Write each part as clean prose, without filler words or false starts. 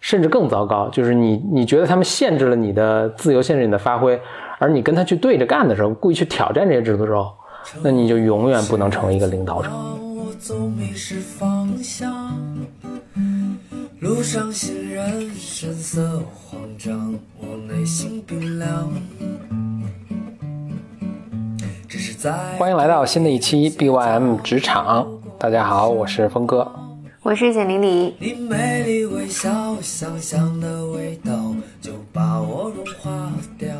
甚至更糟糕，就是你觉得他们限制了你的自由，限制你的发挥，而你跟他去对着干的时候，故意去挑战这些制度的时候，那你就永远不能成为一个领导者。路上行人神色慌张，我内心冰凉。欢迎来到新的一期 BYM 职场，大家好，我是峰哥， 我是简玲玲。 你美丽微笑，香香的味道就把我融化掉。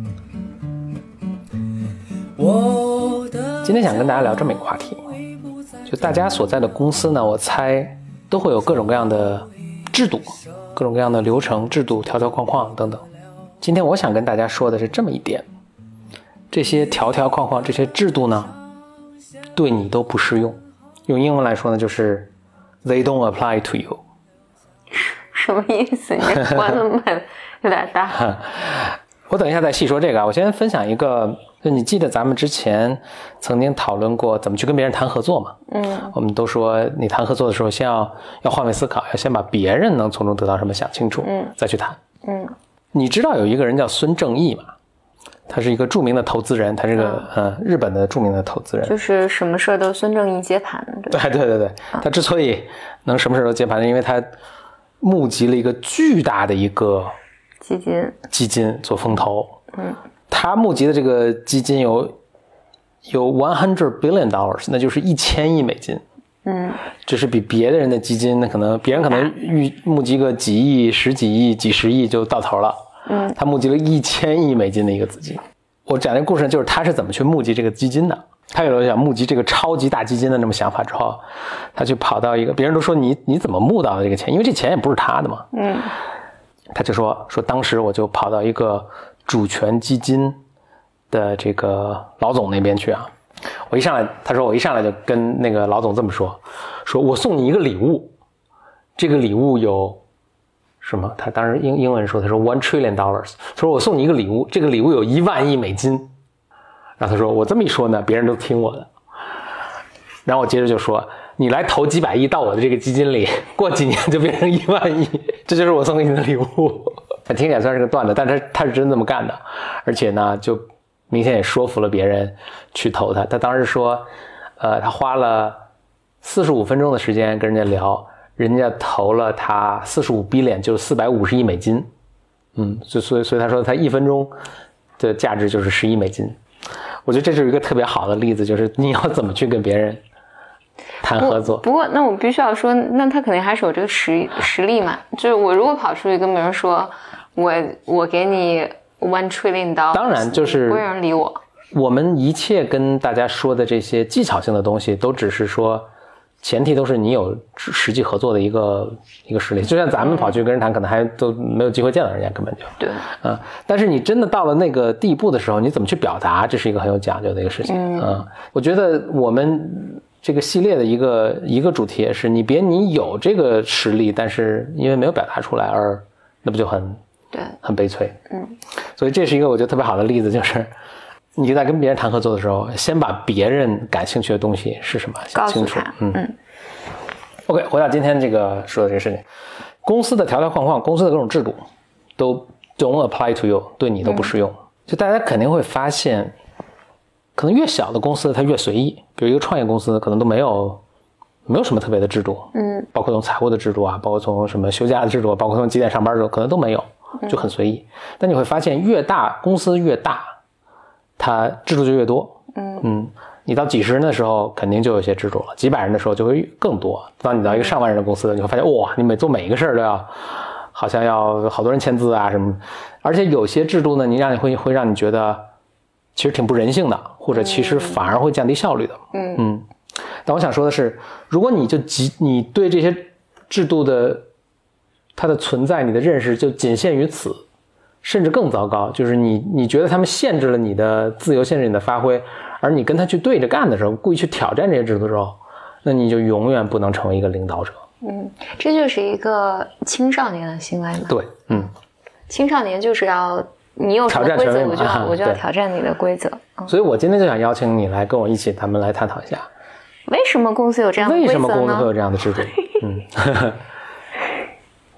今天想跟大家聊这么一个话题，就大家所在的公司呢，我猜都会有各种各样的制度，各种各样的流程制度，条条框框等等。今天我想跟大家说的是这么一点，这些条条框框，这些制度呢，对你都不适用。用英文来说呢，就是 they don't apply to you。 什么意思？你这关的门有点大。 我等一下再细说这个啊，我先分享一个，就你记得咱们之前曾经讨论过怎么去跟别人谈合作嘛？我们都说你谈合作的时候，先要换位思考，要先把别人能从中得到什么想清楚，再去谈。你知道有一个人叫孙正义吗？他是一个著名的投资人，他是个日本的著名的投资人， 就是什么事都孙正义接盘。 对，他之所以能什么事都接盘，因为他募集了一个巨大的一个基金做风投。他募集的这个基金有$100 billion， 那就是1000亿美金。这是比别的人的基金，那可能别人可能募集个几亿、十几亿、几十亿就到头了。他募集了1000亿美金的一个资金。我讲这个故事就是他是怎么去募集这个基金的。他有了想募集这个超级大基金的那么想法之后，他去跑到一个，别人都说你怎么募到的这个钱，因为这钱也不是他的嘛。他就说当时我就跑到一个主权基金的这个老总那边去啊。他说我一上来就跟那个老总这么说我送你一个礼物，这个礼物有什么？他当时英文说，他说$1 trillion， 他说我送你一个礼物，这个礼物有10000亿美金。然后他说我这么一说呢，别人都听我的。然后我接着就说，你来投几百亿到我的这个基金里，过几年就变成10000亿，这就是我送给你的礼物。他听起来算是个段子，但他是真这么干的，而且呢，就明显也说服了别人去投他。他当时说，他花了45分钟的时间跟人家聊，人家投了他45 billion， 就是450亿美金。所以他说他1分钟的价值就是10亿美金。我觉得这是一个特别好的例子，就是你要怎么去跟别人谈合作。 不过那我必须要说，那他肯定还是有这个实力嘛。就是我如果跑出去跟别人说我给你$1 trillion， 当然就是不会有人理我。 我们一切跟大家说的这些技巧性的东西，都只是说前提都是你有实际合作的一个实力。就像咱们跑去跟人谈，可能还都没有机会见到人家，根本就对。 但是你真的到了那个地步的时候，你怎么去表达，这是一个很有讲究的一个事情。我觉得我们这个系列的一个主题也是，你有这个实力，但是因为没有表达出来而那不就很悲催。所以这是一个我觉得特别好的例子，就是你在跟别人谈合作的时候，先把别人感兴趣的东西是什么想清楚。OK， 回到今天这个说的这个事情，公司的条条框框，公司的各种制度都 don't apply to you， 对你都不适用。就大家肯定会发现，可能越小的公司它越随意，比如一个创业公司可能都没有什么特别的制度。包括从财务的制度啊，包括从什么休假的制度，包括从几点上班制度，可能都没有，就很随意。但你会发现公司越大，它制度就越多。你到几十人的时候肯定就有一些制度了，几百人的时候就会更多。当你到一个上万人的公司，你会发现哇，你做每一个事儿都要好像要好多人签字啊什么。而且有些制度呢，会让你觉得其实挺不人性的，或者其实反而会降低效率的。但我想说的是，如果你对这些制度的它的存在，你的认识就仅限于此，甚至更糟糕，就是你觉得他们限制了你的自由，限制你的发挥，而你跟他去对着干的时候，故意去挑战这些制度的时候，那你就永远不能成为一个领导者。 这就是一个青少年的行为嘛。 对， 青少年就是要你有什么规则，我就要挑战你的规则。 所以我今天就想邀请你来跟我一起，咱们来探讨一下， 为什么公司有这样的规则呢？ 为什么公司会有这样的制度？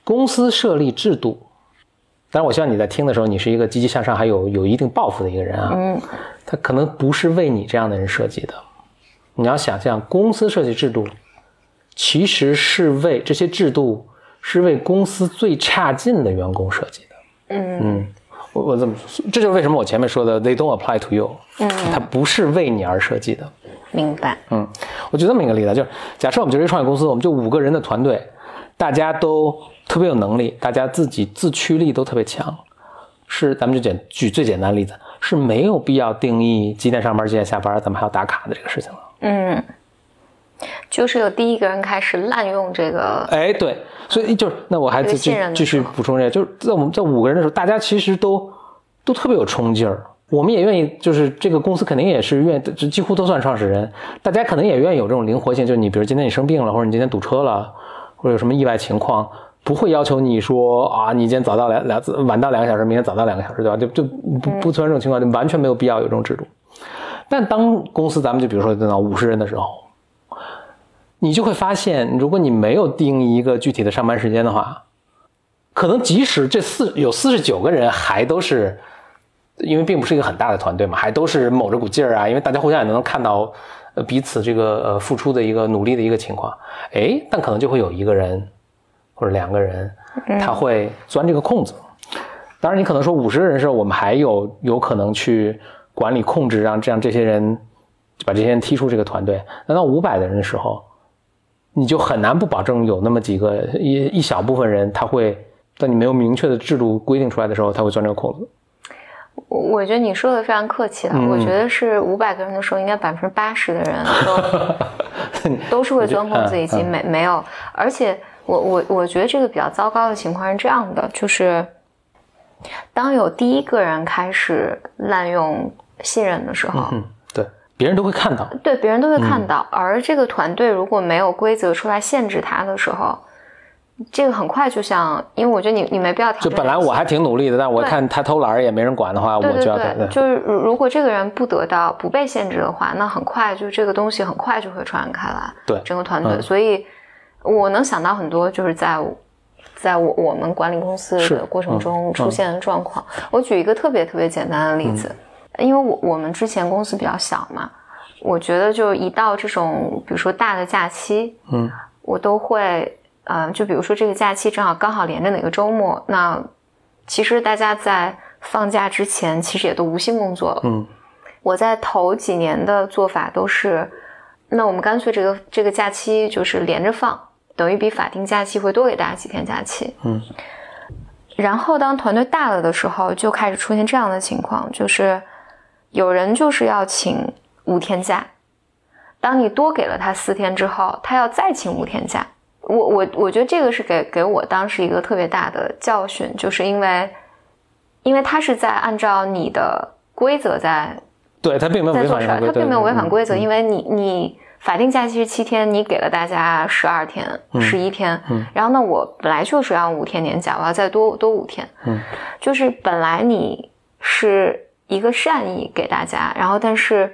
公司设立制度，当然我希望你在听的时候，你是一个积极向上还有一定抱负的一个人啊。它可能不是为你这样的人设计的。你要想象，公司设计制度其实是为这些制度是为公司最差劲的员工设计的。我这么说，这就是为什么我前面说的 they don't apply to you。它不是为你而设计的。 明白。 我举这么一个例子，就是假设我们就是一个创业公司，我们就5个人的团队，大家都特别有能力，大家自己自驱力都特别强，是咱们就举最简单的例子，是没有必要定义几点上班几点下班，咱们还要打卡的这个事情了。 就是有第一个人开始滥用这个。 对，所以就是那我还继续补充这个，就是在我们这5个人的时候，大家其实都特别有冲劲儿。我们也愿意，就是这个公司肯定也是愿意，几乎都算创始人，大家可能也愿意有这种灵活性，就是你比如今天你生病了，或者你今天堵车了，或者有什么意外情况，不会要求你说啊，你今天晚到2个小时，明天早到2个小时，对吧？就不存在这种情况，就完全没有必要有这种制度。但当公司咱们就比如说等到50人的时候，你就会发现，如果你没有定义一个具体的上班时间的话，可能即使有49个人还都是。因为并不是一个很大的团队嘛，还都是卯着股劲儿啊，因为大家互相也能看到彼此这个付出的一个努力的一个情况。但可能就会有1个人或者2个人他会钻这个空子。当然你可能说50个人的时候，我们还有可能去管理控制，让这些人把这些人踢出这个团队。那到500的人的时候，你就很难不保证有那么几个一小部分人，他会在你没有明确的制度规定出来的时候，他会钻这个空子。 我觉得你说的非常客气了。我觉得是500个人的时候，应该80%的人都是会钻空子，以及没有。而且我觉得这个比较糟糕的情况是这样的，就是当有第一个人开始滥用信任的时候， 对，别人都会看到。对， 别人都会看到。而这个团队如果没有规则出来限制他的时候，这个很快就像，因为我觉得你没必要调整。 就本来我还挺努力的，但我看他偷懒也没人管的话，我就要对，就是如果这个人不被限制的话，那很快就这个东西很快就会传染开来。 对， 整个团队。所以我能想到很多就是在我们管理公司的过程中出现的状况。我举一个特别特别简单的例子，因为我们之前公司比较小嘛，我觉得就一到这种比如说大的假期，我都会。就比如说这个假期刚好连着哪个周末，那其实大家在放假之前其实也都无心工作了。我在头几年的做法都是，那我们干脆这个假期就是连着放，等于比法定假期会多给大家几天假期。然后当团队大了的时候，就开始出现这样的情况，就是有人就是要请5天假，当你多给了他4天之后，他要再请5天假。我觉得这个是给我当时一个特别大的教训，就是因为他是在按照你的规则对，他并没有违反规则， 他并没有违反规则，因为你法定假期是7天，你给了大家12天、11天，然后呢，我本来就是要5天年假，我要再多5天，就是本来你是一个善意给大家，然后但是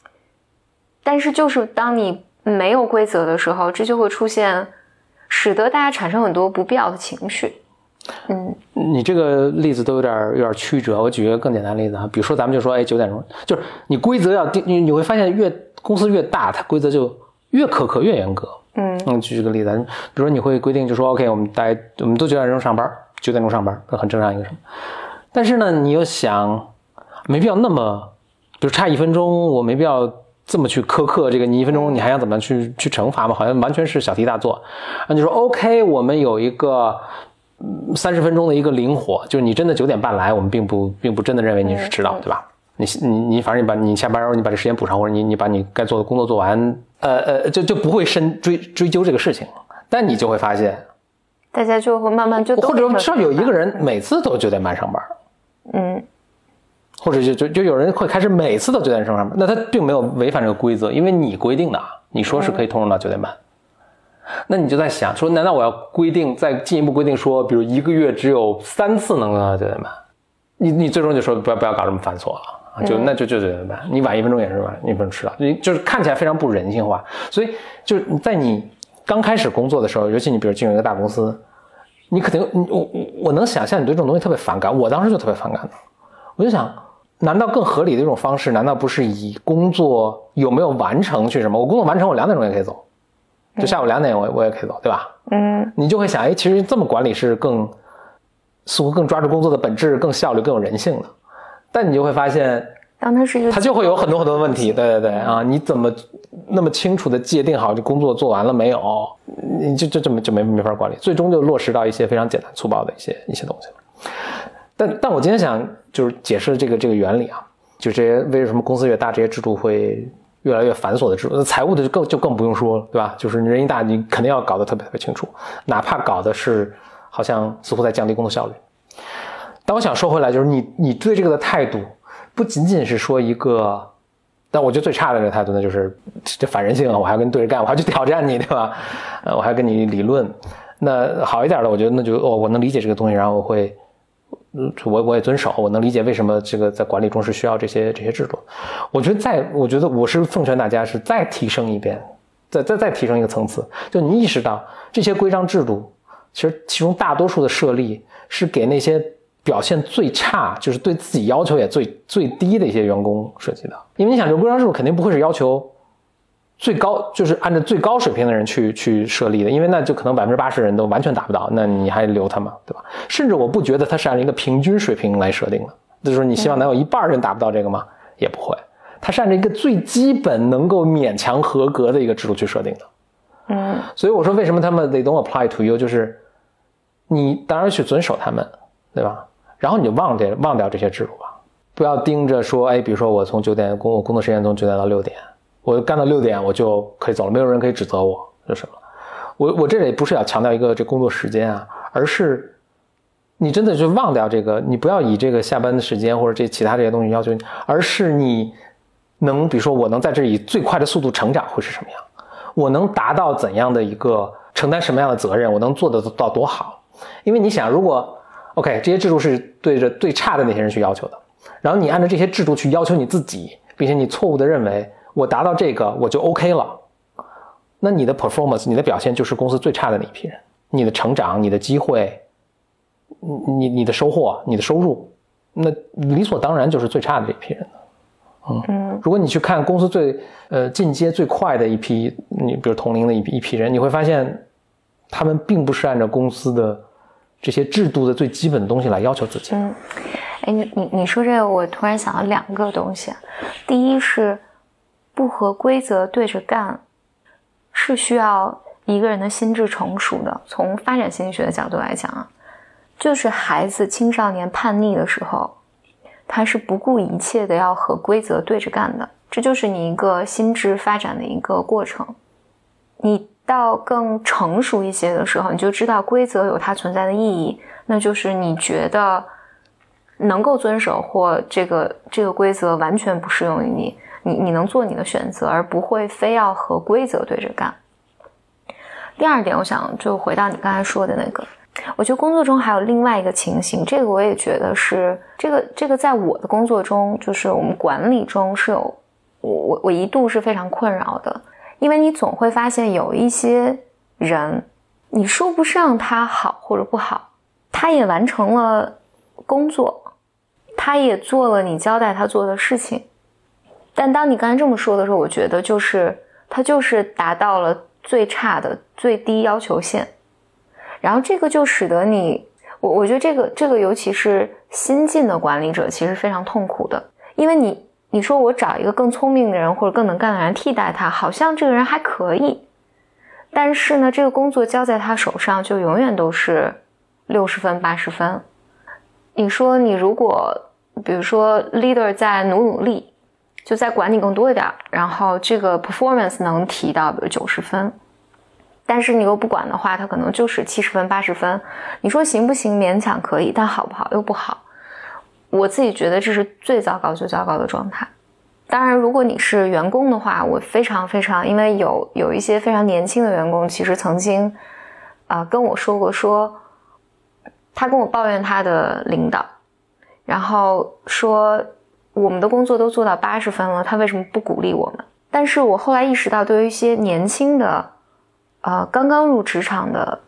就是当你没有规则的时候，这就会出现。使得大家产生很多不必要的情绪。 你这个例子都有点曲折，我举一个更简单的例子比如说咱们就说9点钟，就是你规则要定，你会发现公司越大，它规则就越苛刻越严格。举个例子，比如说你会规定就说 OK， 我们都9点钟上班，9点钟上班，很正常一个什么。但是呢，你又想没必要那么，比如差1分钟，我没必要这么去苛刻这个，你1分钟你还想怎么去惩罚吗？好像完全是小题大做。然后你说 OK， 我们有一个30分钟的一个灵活，就是你真的9点半来，我们并不真的认为你是迟到，对吧？你反正你下班后你把这时间补上，或者你把你该做的工作做完，就不会追究这个事情。但你就会发现， 大家就会慢慢就或者至少有一个人每次都9点半上班，或者就有人会开始每次都9点钟上班，那他并没有违反这个规则，因为你规定的，你说是可以通融到9点半。那你就在想说，难道我要再进一步规定说，比如1个月只有3次能够到9点半？你最终就说不要搞这么繁琐了，那就9点半，你晚1分钟也是晚1分钟迟到，就是看起来非常不人性化。所以就是在你刚开始工作的时候，尤其你比如进入一个大公司， 你肯定我能想象你对这种东西特别反感，我当时就特别反感的。我就想，难道更合理的一种方式，难道不是以工作有没有完成去什么？我工作完成，我2点钟也可以走，就下午2点我也可以走，对吧？你就会想，哎，其实这么管理是似乎更抓住工作的本质，更效率，更有人性的。但你就会发现， 当它是一个， 它就会有很多的问题。对啊，你怎么那么清楚的界定好这工作做完了没有？你就没法管理，最终就落实到一些非常简单粗暴的一些东西。但我今天想就是解释这个原理啊，就这些为什么公司越大，这些制度会越来越繁琐的制度，财务的就更不用说了，对吧？就是你人一大，你肯定要搞得特别特别清楚，哪怕搞的是好像似乎在降低工作效率。但我想说回来，就是你对这个的态度，不仅仅是说一个，但我觉得最差的这个态度呢，就是这反人性啊！我还要跟你对着干，我还要去挑战你，对吧？我还要跟你理论。那好一点的，我觉得那就我能理解这个东西，然后我也遵守，我能理解为什么这个在管理中是需要这些制度。我觉得我是奉劝大家是再提升一遍，再提升一个层次，就你意识到这些规章制度，其实其中大多数的设立是给那些表现最差，就是对自己要求也最低的一些员工设计的。因为你想，这个规章制度肯定不会是要求最高，就是按照最高水平的人去设立的，因为那就可能80%人都完全达不到，那你还留他吗？对吧？甚至我不觉得它是按一个平均水平来设定的，就是说你希望能有一半人达不到这个吗？也不会，它是按照一个最基本能够勉强合格的一个制度去设定的。所以我说为什么他们 they don't apply to you， 就是你当然去遵守他们，对吧？然后你就忘掉这些制度吧，不要盯着说，哎，比如说我从9点我工作时间从9点到6点，我干到6点我就可以走了，没有人可以指责我，就什么。我这里不是要强调一个这工作时间啊，而是你真的就忘掉这个，你不要以这个下班的时间或者这其他这些东西要求你，而是你能，比如说我能在这里以最快的速度成长会是什么样，我能达到怎样的一个承担什么样的责任，我能做得到多好。因为你想，如果 OK 这些制度是对着最差的那些人去要求的，然后你按照这些制度去要求你自己，并且你错误的认为我达到这个我就 OK 了，那你的 performance 你的表现就是公司最差的那一批人，你的成长你的机会你的收获你的收入那理所当然就是最差的这一批人的。如果你去看公司最进阶最快的一批，你比如同龄的一批人，你会发现他们并不是按照公司的这些制度的最基本的东西来要求自己。 你说这个我突然想到2个东西。第一是不和规则对着干是需要一个人的心智成熟的。从发展心理学的角度来讲啊，就是孩子青少年叛逆的时候，他是不顾一切的要和规则对着干的，这就是你一个心智发展的一个过程。你到更成熟一些的时候，你就知道规则有它存在的意义，那就是你觉得能够遵守或这个规则完全不适用于你能做你的选择，而不会非要和规则对着干。第二点，我想就回到你刚才说的那个，我觉得工作中还有另外一个情形，这个我也觉得是这个在我的工作中，就是我们管理中是有我一度是非常困扰的。因为你总会发现有一些人，你说不上他好或者不好，他也完成了工作，他也做了你交代他做的事情，但当你刚才这么说的时候，我觉得他就是达到了最差的最低要求线，然后这个就使得我觉得这个尤其是新进的管理者其实非常痛苦的。因为你说我找一个更聪明的人或者更能干的人替代他，好像这个人还可以，但是呢这个工作交在他手上就永远都是60分80分。你说你如果比如说 leader 在努力，就在管你更多一点，然后这个 performance 能提到比如90分，但是你又不管的话，他可能就是70分80分。你说行不行？勉强可以，但好不好又不好。我自己觉得这是最糟糕最糟糕的状态。当然如果你是员工的话，我非常非常，因为有一些非常年轻的员工其实曾经跟我说过，说他跟我抱怨他的领导，然后说我们的工作都做到80分了，他为什么不鼓励我们？但是我后来意识到，对于一些年轻的刚刚入职场的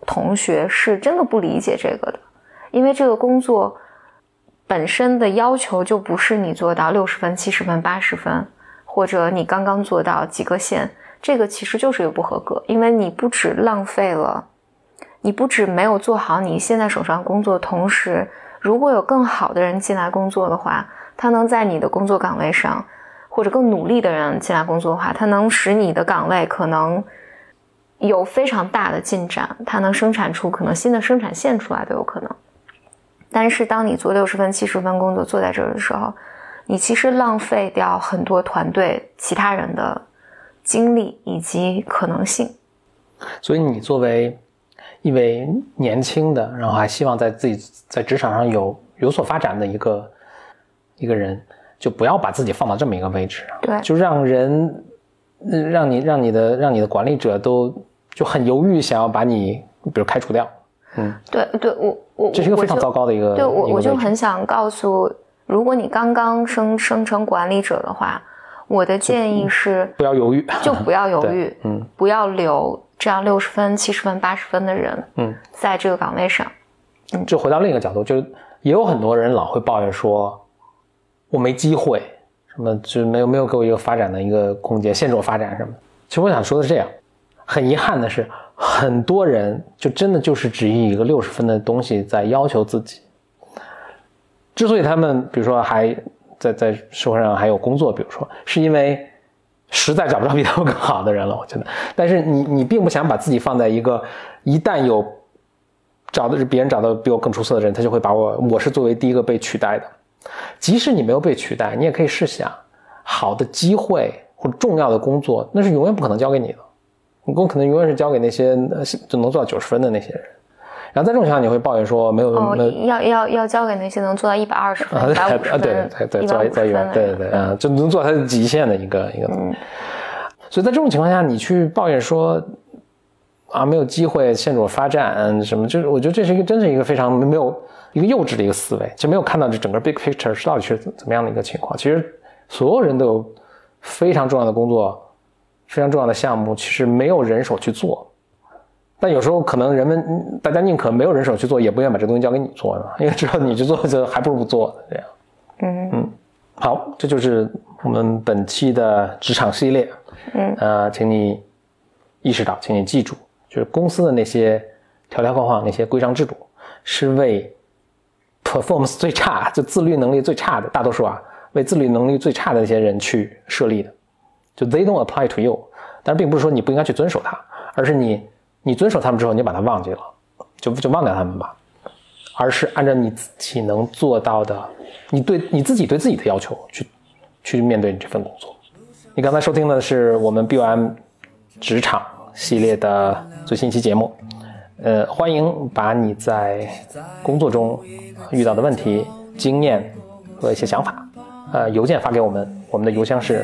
同学是真的不理解这个的，因为这个工作本身的要求就不是你做到60分、70分、80分，或者你刚刚做到及格线，这个其实就是一个不合格，因为你不止浪费了，你不止没有做好你现在手上工作，同时如果有更好的人进来工作的话，他能在你的工作岗位上，或者更努力的人进来工作的话，他能使你的岗位可能有非常大的进展，他能生产出可能新的生产线出来都有可能。但是当你做60分、70分工作坐在这儿的时候，你其实浪费掉很多团队其他人的精力以及可能性。 所以你作为一位年轻的，然后还希望在自己在职场上有所发展的一个人，就不要把自己放到这么一个位置， 对， 就让人让你的管理者都就很犹豫，想要把你比如开除掉。 对，我这是一个非常糟糕的一个。 对，我就很想告诉，如果你刚刚升成管理者的话，我的建议是不要犹豫， 就不要犹豫，不要留这样60分、70分、80分的人，在这个岗位上。 就回到另一个角度，就也有很多人老会抱怨说，我没机会，什么就没有给我一个发展的一个空间，限制我发展什么。其实我想说的是这样，很遗憾的是，很多人就真的就是只以一个60分的东西在要求自己。之所以他们比如说还在社会上还有工作，比如说是因为实在找不着比他们更好的人了，我觉得。但是你并不想把自己放在一个一旦有别人找到比我更出色的人，他就会把我是作为第一个被取代的。即使你没有被取代，你也可以试想，好的机会或者重要的工作，那是永远不可能交给你的，你可能永远是交给那些就能做到90分的那些人。然后在这种情况你会抱怨说没有要交给那些能做到120分、150分、 对就能做到他的极限的一个所以在这种情况下，你去抱怨说没有机会，限制我发展什么，就是我觉得这是真是一个非常没有一个幼稚的一个思维，就没有看到这整个 big picture 是到底是怎么样的一个情况。其实所有人都有非常重要的工作，非常重要的项目，其实没有人手去做。但有时候可能大家宁可没有人手去做，也不愿意把这东西交给你做，因为知道你去做就还不如不做这样。好，这就是我们本期的职场系列。请你意识到，请你记住，就是公司的那些条条框框，那些规章制度，是为 performance 最差，就自律能力最差的，大多数为自律能力最差的那些人去设立的。就 they don't apply to you， 但是并不是说你不应该去遵守它，而是你遵守他们之后，你就把它忘记了，就忘掉他们吧，而是按照你自己能做到的，你自己对自己的要求去面对你这份工作。你刚才收听的是我们 BOM 职场系列的最新一期节目，欢迎把你在工作中遇到的问题、经验和一些想法，邮件发给我们，我们的邮箱是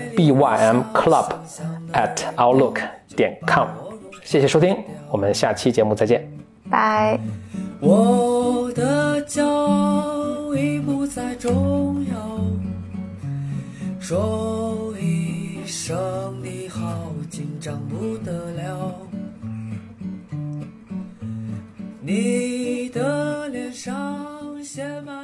bymclub@outlook.com。谢谢收听，我们下期节目再见， 拜。 我的骄傲已不再重要，说一声你好紧张不得了，你的脸上写满